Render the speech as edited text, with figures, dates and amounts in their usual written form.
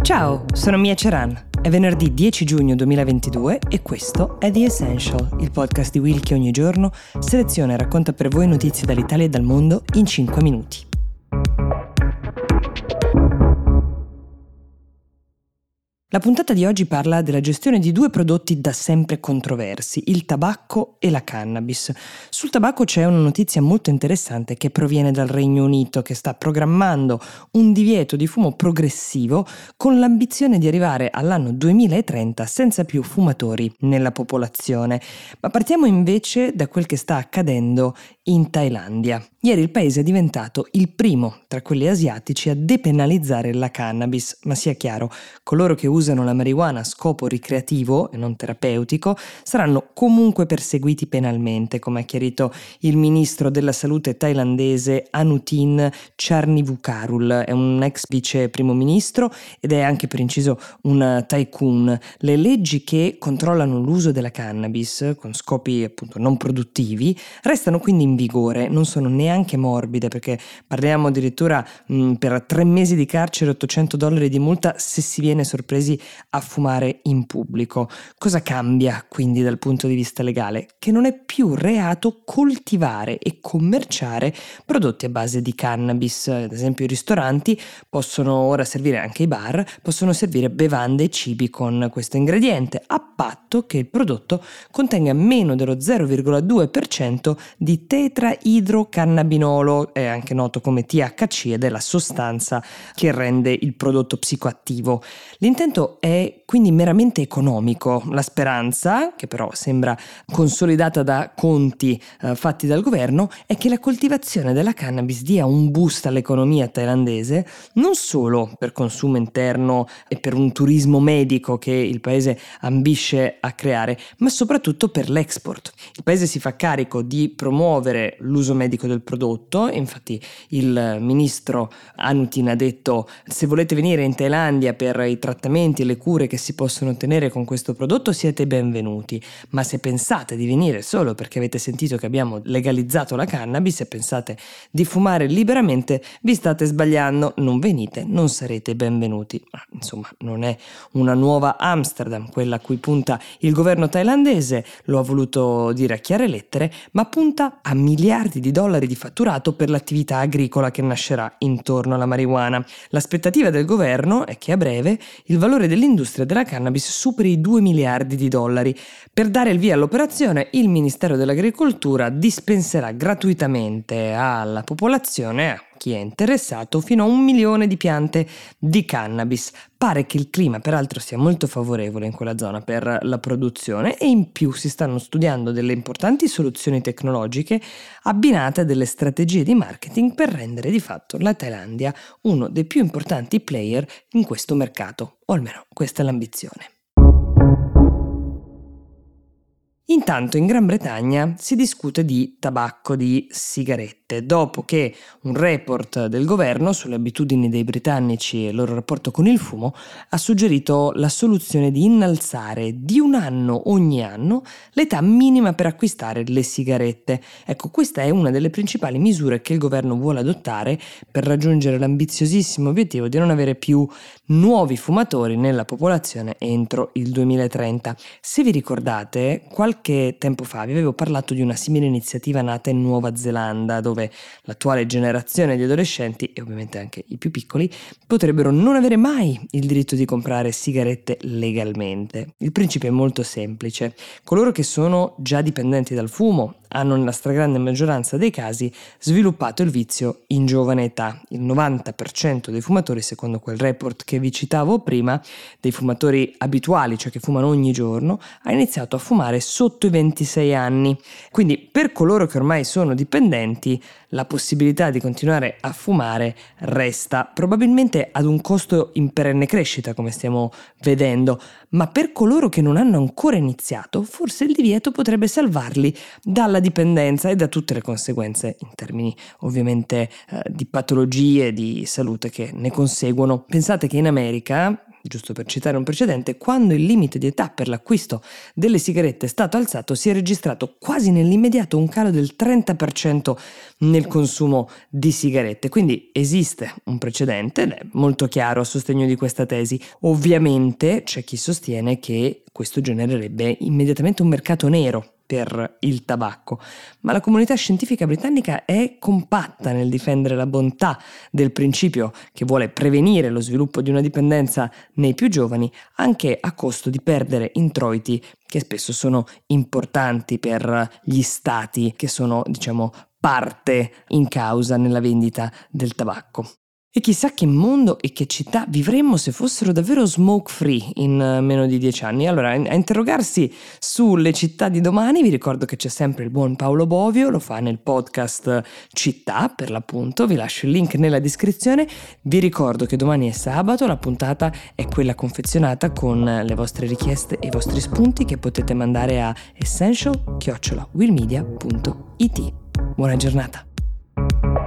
Ciao, sono Mia Ceran. È venerdì 10 giugno 2022 e questo è The Essential, il podcast di Will che ogni giorno seleziona e racconta per voi notizie dall'Italia e dal mondo in 5 minuti. La puntata di oggi parla della gestione di due prodotti da sempre controversi, il tabacco e la cannabis. Sul tabacco c'è una notizia molto interessante che proviene dal Regno Unito, che sta programmando un divieto di fumo progressivo con l'ambizione di arrivare all'anno 2030 senza più fumatori nella popolazione. Ma partiamo invece da quel che sta accadendo in Thailandia. Ieri il paese è diventato il primo tra quelli asiatici a depenalizzare la cannabis, ma sia chiaro, coloro che usano la marijuana a scopo ricreativo e non terapeutico saranno comunque perseguiti penalmente, come ha chiarito il ministro della salute thailandese Anutin Charnvirakul. È un ex vice primo ministro ed è anche per inciso un tycoon. Le leggi che controllano l'uso della cannabis con scopi appunto non produttivi restano quindi in vigore, non sono neanche morbide perché parliamo addirittura per 3 mesi di carcere e $800 di multa se si viene sorpresi a fumare in pubblico. Cosa cambia quindi dal punto di vista legale? Che non è più reato coltivare e commerciare prodotti a base di cannabis. Ad esempio i ristoranti possono ora servire, anche i bar possono servire bevande e cibi con questo ingrediente, a patto che il prodotto contenga meno dello 0,2% di tetraidrocannabinolo, è anche noto come THC ed è la sostanza che rende il prodotto psicoattivo. L'intento è quindi meramente economico. La speranza, che però sembra consolidata da conti fatti dal governo, è che la coltivazione della cannabis dia un boost all'economia thailandese, non solo per consumo interno e per un turismo medico che il paese ambisce a creare, ma soprattutto per l'export. Il paese si fa carico di promuovere l'uso medico del prodotto, infatti il ministro Anutin ha detto: se volete venire in Thailandia per i trattamenti e le cure che si possono ottenere con questo prodotto siete benvenuti, ma se pensate di venire solo perché avete sentito che abbiamo legalizzato la cannabis e pensate di fumare liberamente, vi state sbagliando, non venite, non sarete benvenuti. Ma insomma non è una nuova Amsterdam quella a cui punta il governo thailandese, lo ha voluto dire a chiare lettere, ma punta a miliardi di dollari di fatturato per l'attività agricola che nascerà intorno alla marijuana. L'aspettativa del governo è che a breve il valore dell'industria della cannabis superi i 2 miliardi di dollari. Per dare il via all'operazione, il Ministero dell'Agricoltura dispenserà gratuitamente alla popolazione, a chi è interessato, fino a 1 milione di piante di cannabis. Pare che il clima peraltro sia molto favorevole in quella zona per la produzione e in più si stanno studiando delle importanti soluzioni tecnologiche abbinate a delle strategie di marketing per rendere di fatto la Thailandia uno dei più importanti player in questo mercato, o almeno questa è l'ambizione. Intanto in Gran Bretagna si discute di tabacco, di sigarette, dopo che un report del governo sulle abitudini dei britannici e il loro rapporto con il fumo ha suggerito la soluzione di innalzare di 1 anno ogni anno l'età minima per acquistare le sigarette. Ecco, questa è una delle principali misure che il governo vuole adottare per raggiungere l'ambiziosissimo obiettivo di non avere più nuovi fumatori nella popolazione entro il 2030. Se vi ricordate, qualche tempo fa vi avevo parlato di una simile iniziativa nata in Nuova Zelanda, dove l'attuale generazione di adolescenti, e ovviamente anche i più piccoli, potrebbero non avere mai il diritto di comprare sigarette legalmente. Il principio è molto semplice. Coloro che sono già dipendenti dal fumo hanno nella stragrande maggioranza dei casi sviluppato il vizio in giovane età. Il 90% dei fumatori, secondo quel report che vi citavo prima, dei fumatori abituali, cioè che fumano ogni giorno, ha iniziato a fumare sotto i 26 anni. Quindi per coloro che ormai sono dipendenti, la possibilità di continuare a fumare resta, probabilmente ad un costo in perenne crescita, come stiamo vedendo, ma per coloro che non hanno ancora iniziato, forse il divieto potrebbe salvarli dalla dipendenza e da tutte le conseguenze in termini ovviamente di patologie di salute che ne conseguono. Pensate che in America, giusto per citare un precedente, quando il limite di età per l'acquisto delle sigarette è stato alzato, si è registrato quasi nell'immediato un calo del 30% nel consumo di sigarette. Quindi esiste un precedente ed è molto chiaro a sostegno di questa tesi. Ovviamente c'è chi sostiene che questo genererebbe immediatamente un mercato nero per il tabacco, ma la comunità scientifica britannica è compatta nel difendere la bontà del principio che vuole prevenire lo sviluppo di una dipendenza nei più giovani, anche a costo di perdere introiti che spesso sono importanti per gli stati che sono, parte in causa nella vendita del tabacco. E chissà che mondo e che città vivremmo se fossero davvero smoke free in meno di 10 anni. Allora, a interrogarsi sulle città di domani, vi ricordo che c'è sempre il buon Paolo Bovio, lo fa nel podcast Città, per l'appunto, vi lascio il link nella descrizione. Vi ricordo che domani è sabato, la puntata è quella confezionata con le vostre richieste e i vostri spunti che potete mandare a essential@willmedia.it. Buona giornata!